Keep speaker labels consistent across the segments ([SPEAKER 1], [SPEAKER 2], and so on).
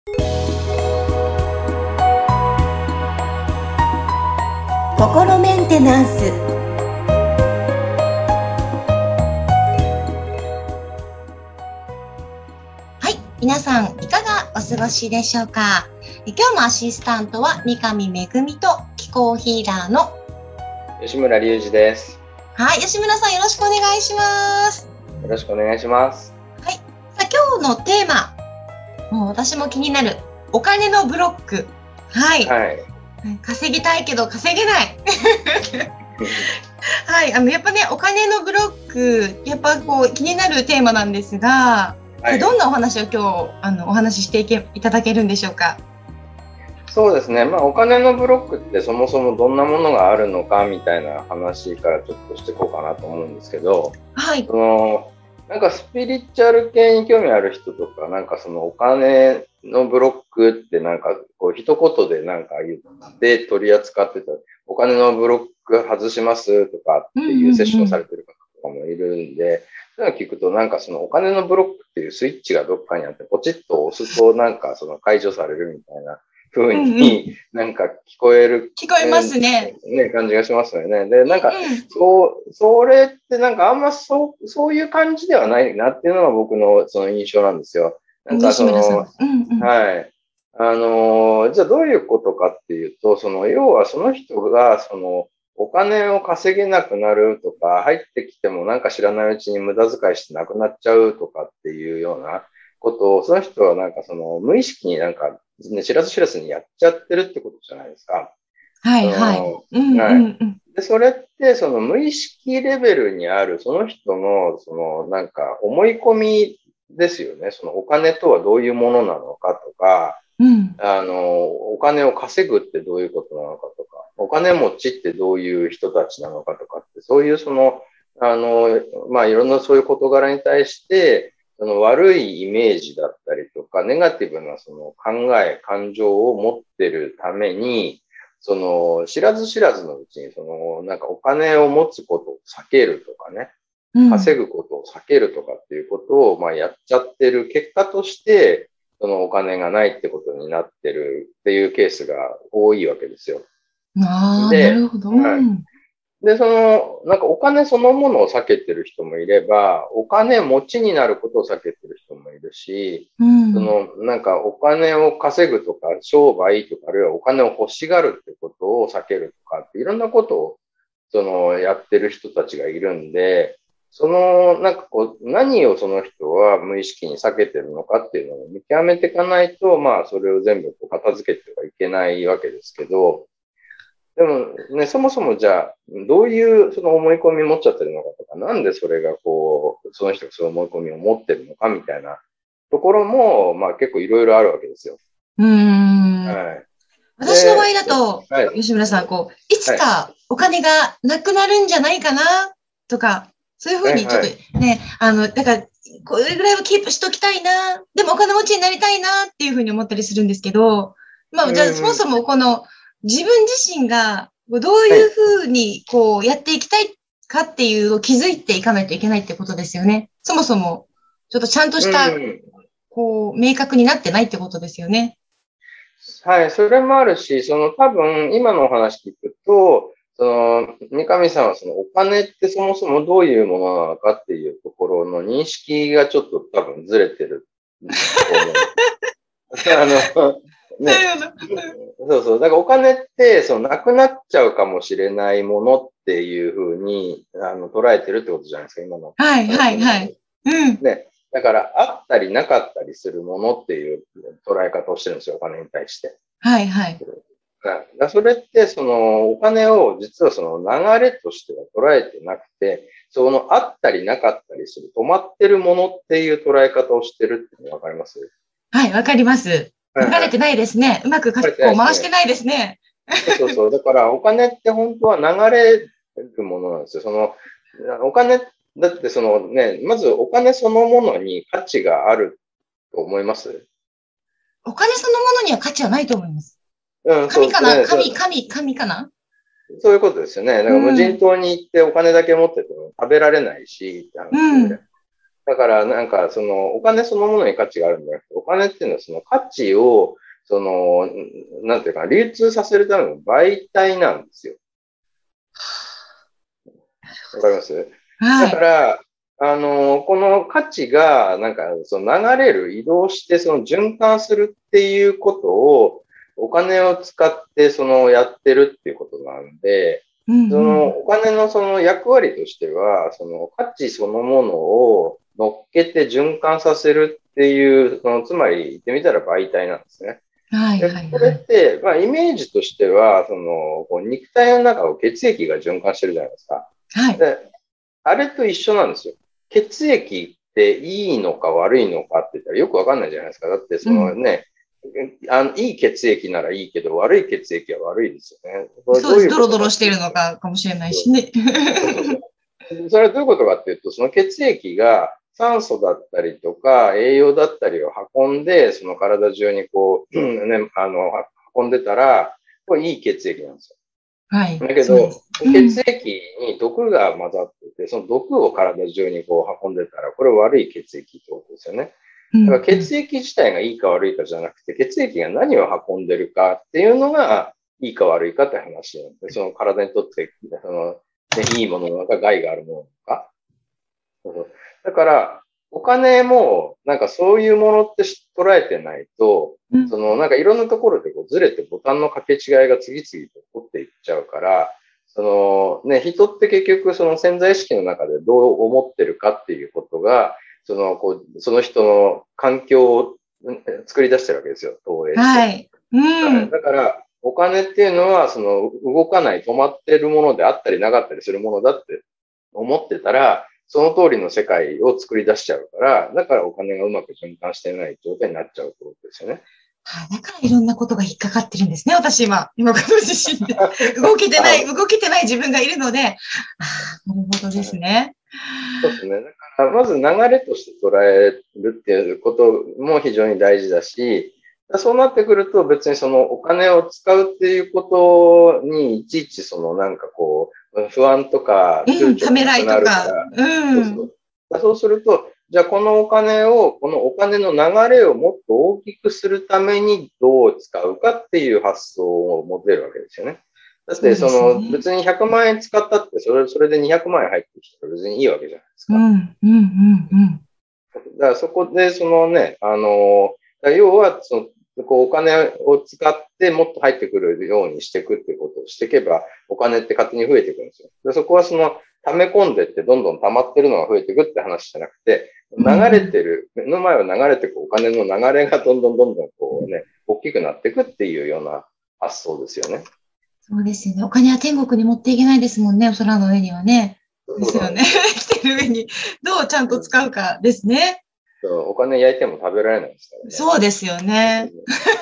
[SPEAKER 1] 心メンテナンス。はい、皆さんいかがお過ごしでしょうか。今日のアシスタントは三上恵と気候ヒーラーの
[SPEAKER 2] 吉村隆二です。
[SPEAKER 1] はい、吉村さんよろしくお願いします。
[SPEAKER 2] よろしくお願いします。
[SPEAKER 1] はい、さあ今日のテーマ、もう私も気になるお金のブロック。はい。はい、稼ぎたいけど稼げない。はい、やっぱね、お金のブロック、やっぱこう気になるテーマなんですが、はい、どんなお話を今日お話ししていただけるんでしょうか。
[SPEAKER 2] そうですね、お金のブロックってそもそもどんなものがあるのかみたいな話からちょっとしていこうかなと思うんですけど、はい、なんかスピリチュアル系に興味ある人とか、なんかそのお金のブロックってなんかこう一言でなんか言って取り扱ってた、お金のブロック外しますとかっていうセッションされてる方とかもいるんで、そういうのを聞くとなんかそのお金のブロックっていうスイッチがどっかにあってポチッと押すとなんかその解除されるみたいな風になんか聞こえる、
[SPEAKER 1] 聞こえますね。
[SPEAKER 2] 感じがしますよね。で、なんか、それってなんかあんまそういう感じではないなっていうのが僕のその印象なんですよ。なんかその、はい。じゃあどういうことかっていうと、要はその人が、お金を稼げなくなるとか、入ってきてもなんか知らないうちに無駄遣いしてなくなっちゃうとかっていうようなことを、その人はなんか無意識になんか、知らず知らずにやっちゃってるってことじゃないですか。
[SPEAKER 1] はい、はい。
[SPEAKER 2] で、それって、無意識レベルにある、その人の、なんか、思い込みですよね。お金とはどういうものなのかとか、お金を稼ぐってどういうことなのかとか、お金持ちってどういう人たちなのかとかって、そういういろんなそういう事柄に対して、悪いイメージだったりとか、ネガティブな考え、感情を持ってるために、知らず知らずのうちに、なんかお金を持つことを避けるとかね、稼ぐことを避けるとかっていうことを、やっちゃってる結果として、お金がないってことになってるっていうケースが多いわけですよ。
[SPEAKER 1] なるほど。
[SPEAKER 2] で、なんかお金そのものを避けてる人もいれば、お金持ちになることを避けてる人もいるし、なんかお金を稼ぐとか、商売とか、あるいはお金を欲しがるってことを避けるとかっていろんなことを、やってる人たちがいるんで、なんか何をその人は無意識に避けてるのかっていうのを見極めていかないと、それを全部片付けてはいけないわけですけど、でもね、そもそもじゃあ、どういうその思い込み持っちゃってるのかとか、なんでそれがその人がそういう思い込みを持ってるのかみたいなところも、結構いろいろあるわけですよ。
[SPEAKER 1] 私の場合だと、吉村さん、いつかお金がなくなるんじゃないかなとか、そういうふうにちょっとね、だから、これぐらいはキープしときたいな、でもお金持ちになりたいなっていうふうに思ったりするんですけど、じゃあそもそも自分自身がどういうふうにやっていきたいかっていうのを気づいていかないといけないってことですよね。そもそも、ちょっとちゃんとした、明確になってないってことですよね。
[SPEAKER 2] はい、それもあるし、多分、今のお話聞くと、三上さんはお金ってそもそもどういうものなのかっていうところの認識がちょっと多分ずれてると思う。ね、そうそう。だからお金って、なくなっちゃうかもしれないものっていうふうに、捉えてるってことじゃないですか、今の。
[SPEAKER 1] はい。
[SPEAKER 2] ね。だから、あったりなかったりするものっていう捉え方をしてるんですよ、お金に対して。それって、お金を実は流れとしては捉えてなくて、あったりなかったりする、止まってるものっていう捉え方をしてるってわかります？
[SPEAKER 1] はい、わかります。流れてないですね。うまく回してないですね。
[SPEAKER 2] そう。だから、お金って本当は流れるものなんですよ。お金、だってまずお金そのものに価値があると思います？
[SPEAKER 1] お金そのものには価値はないと思います。神かな？神かな？
[SPEAKER 2] そういうことですよね。だから無人島に行ってお金だけ持ってても食べられないし、だだからなんかそのお金そのものに価値があるんじゃなくて、お金っていうのはその価値を、その、なんていうか、流通させるための媒体なんですよ。わかります？だか
[SPEAKER 1] はい。
[SPEAKER 2] ら、この価値が、なんか、その流れる、移動して、その循環するっていうことを、お金を使って、その、やってるっていうことなんで、
[SPEAKER 1] うんう
[SPEAKER 2] その、
[SPEAKER 1] ん。
[SPEAKER 2] お金のその役割としては、その、価値そのものを乗っけて循環させるっていう、その、つまり、言ってみたら媒体なんですね。
[SPEAKER 1] はい
[SPEAKER 2] で、これ
[SPEAKER 1] はいはい。
[SPEAKER 2] って、まあ、イメージとしては、その、こう肉体の中を血液が循環してるじゃないですか。
[SPEAKER 1] はい。
[SPEAKER 2] で、あれと一緒なんですよ。血液っていいのか悪いのかって言ったらよくわかんないじゃないですか。だってその
[SPEAKER 1] うん。
[SPEAKER 2] ね、いい血液ならいいけど、悪い血液は悪いですよね。これ
[SPEAKER 1] そうです。
[SPEAKER 2] どういうこと
[SPEAKER 1] ドロドロ
[SPEAKER 2] かっていうと、
[SPEAKER 1] しているのかかもしれない
[SPEAKER 2] そう
[SPEAKER 1] しね。
[SPEAKER 2] そうそうそう。それはどういうことかっていうと、その血液が酸素だったりとか栄養だったりを運んで、その体中にこう、ね、運んでたら、これいい血液なんですよ。
[SPEAKER 1] はい。
[SPEAKER 2] だけど、
[SPEAKER 1] そうです。うん。
[SPEAKER 2] 血液に毒が混ざってて、その毒を体中にこう運んでたら、これ悪い血液ってことですよね。だから
[SPEAKER 1] うん。うん。
[SPEAKER 2] 血液自体がいいか悪いかじゃなくて、血液が何を運んでるかっていうのが、いいか悪いかって話なんで、その体にとって、その、ね、いいものなのか害があるものなのか。だから、お金も、なんかそういうものって捉えてないと、
[SPEAKER 1] うん。
[SPEAKER 2] その、なんかいろんなところでこうずれてボタンの掛け違いが次々と起こっていっちゃうから、そのね、人って結局その潜在意識の中でどう思ってるかっていうことが、その、こう、その人の環境を作り出してるわけですよ、投影して。
[SPEAKER 1] はい。う
[SPEAKER 2] はい。
[SPEAKER 1] ん。
[SPEAKER 2] だから、お金っていうのは、その、動かない、止まってるものであったりなかったりするものだって思ってたら、その通りの世界を作り出しちゃうから、だからお金がうまく循環してない状態になっちゃうってことですよね。
[SPEAKER 1] はい。だからいろんなことが引っかかってるんですね、私今。今この自身で。動けてない、
[SPEAKER 2] あ、
[SPEAKER 1] 動けてない自分がいるので、ああ、なるほどですね。
[SPEAKER 2] そうですね。だから、まず流れとして捉えるっていうことも非常に大事だし、そうなってくると別にそのお金を使うっていうことにいちいちそのなんかこう、不安とか
[SPEAKER 1] うん、
[SPEAKER 2] 躊躇
[SPEAKER 1] ためらい
[SPEAKER 2] がなくな
[SPEAKER 1] とか、
[SPEAKER 2] るから、そうそ
[SPEAKER 1] うん。
[SPEAKER 2] う。そうすると、じゃあこのお金を、このお金の流れをもっと大きくするためにどう使うかっていう発想を持てるわけですよね。だって、
[SPEAKER 1] そうですね。
[SPEAKER 2] 別に100万円使ったって、それで200万円入ってきたら別にいいわけじゃないですか。
[SPEAKER 1] うん、うん、うん、うん。
[SPEAKER 2] だからそこで、そのね、要は、こう、お金を使ってもっと入ってくるようにしていくっていうことをしていけば、お金って勝手に増えていくんですよ。で、そこはその、溜め込んでってどんどん溜まってるのが増えていくって話じゃなくて、流
[SPEAKER 1] うん、うん。
[SPEAKER 2] れてる、目の前を流れていくお金の流れがどんどんどんどんこうね、大きくなっていくっていうような発想ですよね。
[SPEAKER 1] そうですよね。お金は天国に持っていけないですもんね、お空の上にはね。ですよね。
[SPEAKER 2] そうなんですよ。
[SPEAKER 1] 生きてる上にどうちゃんと使うかですね。
[SPEAKER 2] お金焼いても食べられないですからね。
[SPEAKER 1] そうですよね。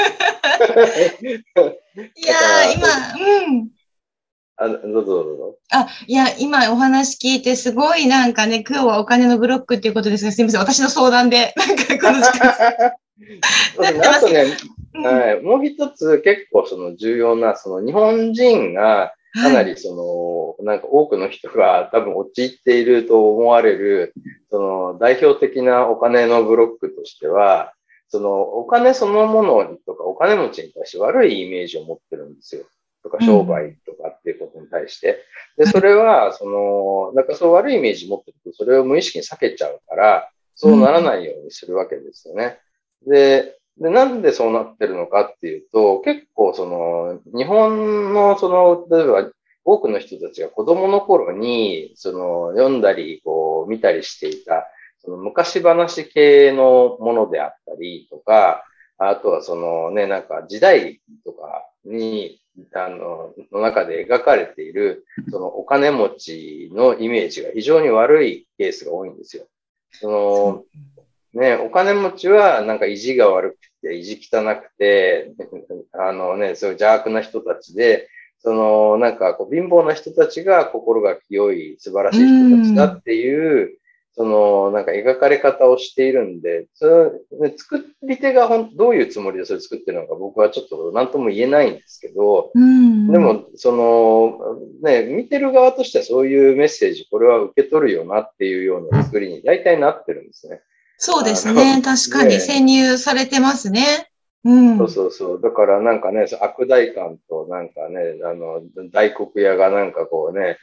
[SPEAKER 1] いやー、
[SPEAKER 2] だから、
[SPEAKER 1] 今、うん。
[SPEAKER 2] どうぞどうぞ。
[SPEAKER 1] あ、いや、今お話聞いてすごいなんかね、今日はお金のブロックっていうことですが、すみません。私の相談で、なんかこの時間
[SPEAKER 2] そうですね。
[SPEAKER 1] なってますけど。
[SPEAKER 2] あとね、
[SPEAKER 1] うん。
[SPEAKER 2] はい、もう一つ結構その重要な、その日本人がか
[SPEAKER 1] はい。
[SPEAKER 2] なりその、なんか多くの人が多分陥っていると思われる、その代表的なお金のブロックとしては、そのお金そのものとかお金持ちに対して悪いイメージを持ってるんですよ。とか
[SPEAKER 1] うん。
[SPEAKER 2] 商売とかっていうことに対して。で、それは、その、なんかそう悪いイメージ持ってると、それを無意識に避けちゃうから、そうなら
[SPEAKER 1] うん。
[SPEAKER 2] ないようにするわけですよね。なんでそうなってるのかっていうと、結構その、日本のその、例えば多くの人たちが子供の頃に、その、読んだり、こう、見たりしていた、その昔話系のものであったりとか、あとはそのね、なんか時代とかに、の中で描かれている、そのお金持ちのイメージが非常に悪いケースが多いんですよ。そ
[SPEAKER 1] そう。
[SPEAKER 2] の、ね、お金持ちはなんか意地が悪くて、意地汚くて、そういう邪悪な人たちで、その、なんかこう貧乏な人たちが心が清い素晴ら
[SPEAKER 1] う
[SPEAKER 2] しい人たちだ
[SPEAKER 1] ん。
[SPEAKER 2] っていう、 なんか描かれ方をしているんで、作り手がどういうつもりでそれ作ってるのか僕はちょっと何とも言えないんですけど、でも、見てる側としてはそういうメッセージ、これは受け取るよなっていうような作りに大体なってるんですね。
[SPEAKER 1] そうですね。確かに潜入されてますね。
[SPEAKER 2] そう。だからなんかね、悪代官となんかね、大黒屋がなんかこうね、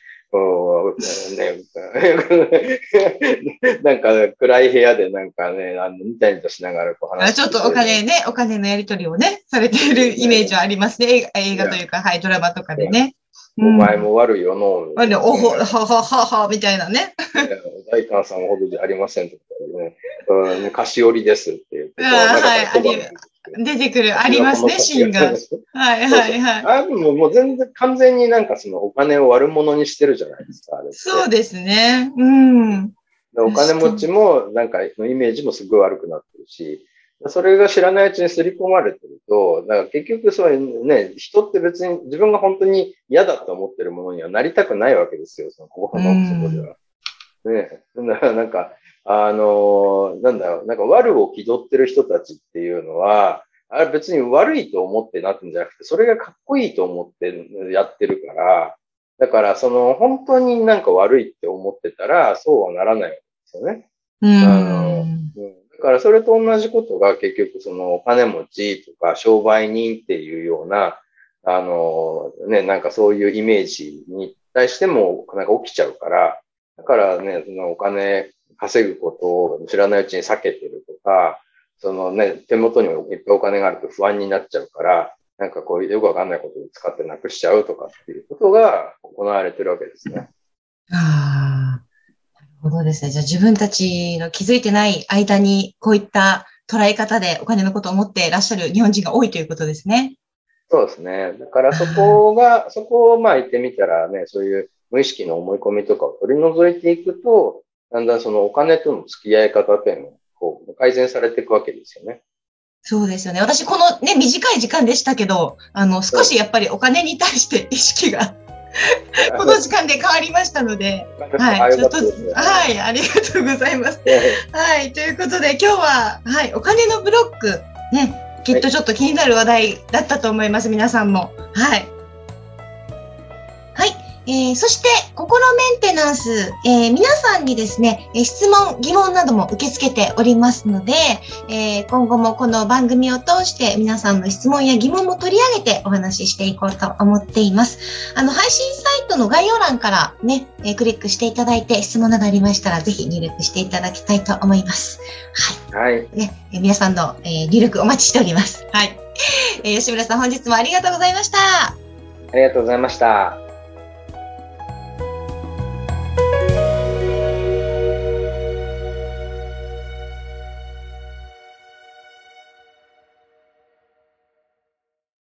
[SPEAKER 2] なんか暗い部屋でなんかね、ニタニタしながらこう話して。
[SPEAKER 1] ちょっとお金のやり取りをね、されているイメージはありますね。映画というか、はい、ドラマとかでね。
[SPEAKER 2] お前も悪いよの。
[SPEAKER 1] おほ、はははは、みたいなね。
[SPEAKER 2] 大官さんほどじゃありませんとかね、菓子折りですって言って。
[SPEAKER 1] 出てくる、ありますね、シーンが。はい。
[SPEAKER 2] もう全然完全になんかお金を悪者にしてるじゃないですか。
[SPEAKER 1] そうですね。
[SPEAKER 2] お金持ちもなんかのイメージもすごい悪くなってるし、それが知らないうちに刷り込まれてると、だから結局そういうね、人って別に自分が本当に嫌だと思ってるものにはなりたくないわけですよ、心の底では。ね。だからなんか、なんか悪を気取ってる人たちっていうのは、あれ別に悪いと思ってなってんじゃなくて、それがかっこいいと思ってやってるから、だから本当になんか悪いって思ってたら、そうはならないわけですよね。だからそれと同じことが結局お金持ちとか商売人っていうような、なんかそういうイメージに対してもなんか起きちゃうから、だからね、お金稼ぐことを知らないうちに避けてるとか、手元にいっぱいお金があると不安になっちゃうから、なんかこういうよくわかんないことを使ってなくしちゃうとかっていうことが行われてるわけですね。
[SPEAKER 1] なるほどですね。じゃあ自分たちの気づいてない間にこういった捉え方でお金のことを思っていらっしゃる日本人が多いということですね。
[SPEAKER 2] そうですね。だからそこを言ってみたらね、そういう無意識の思い込みとかを取り除いていくと、だんだんお金との付き合い方っていうのが改善されていくわけですよね。
[SPEAKER 1] そうですよね。私、このね、短い時間でしたけど、少しやっぱりお金に対して意識がこの時間で変わりましたので、はい、ちょっと、はい、ありがとうございます。はい、ということで、今日は、はい、お金のブロック、ね、きっとちょっと気になる話題だったと思います、皆さんも。はい。はい。そして、心メンテナンス、皆さんにですね、質問、疑問なども受け付けておりますので、今後もこの番組を通して皆さんの質問や疑問も取り上げてお話ししていこうと思っています。配信サイトの概要欄からね、クリックしていただいて質問などありましたらぜひ入力していただきたいと思います。はい。はい。ね、皆さんの、入力お待ちしております。はい。吉村さん、本日もありがとうございました。
[SPEAKER 2] ありがとうございました。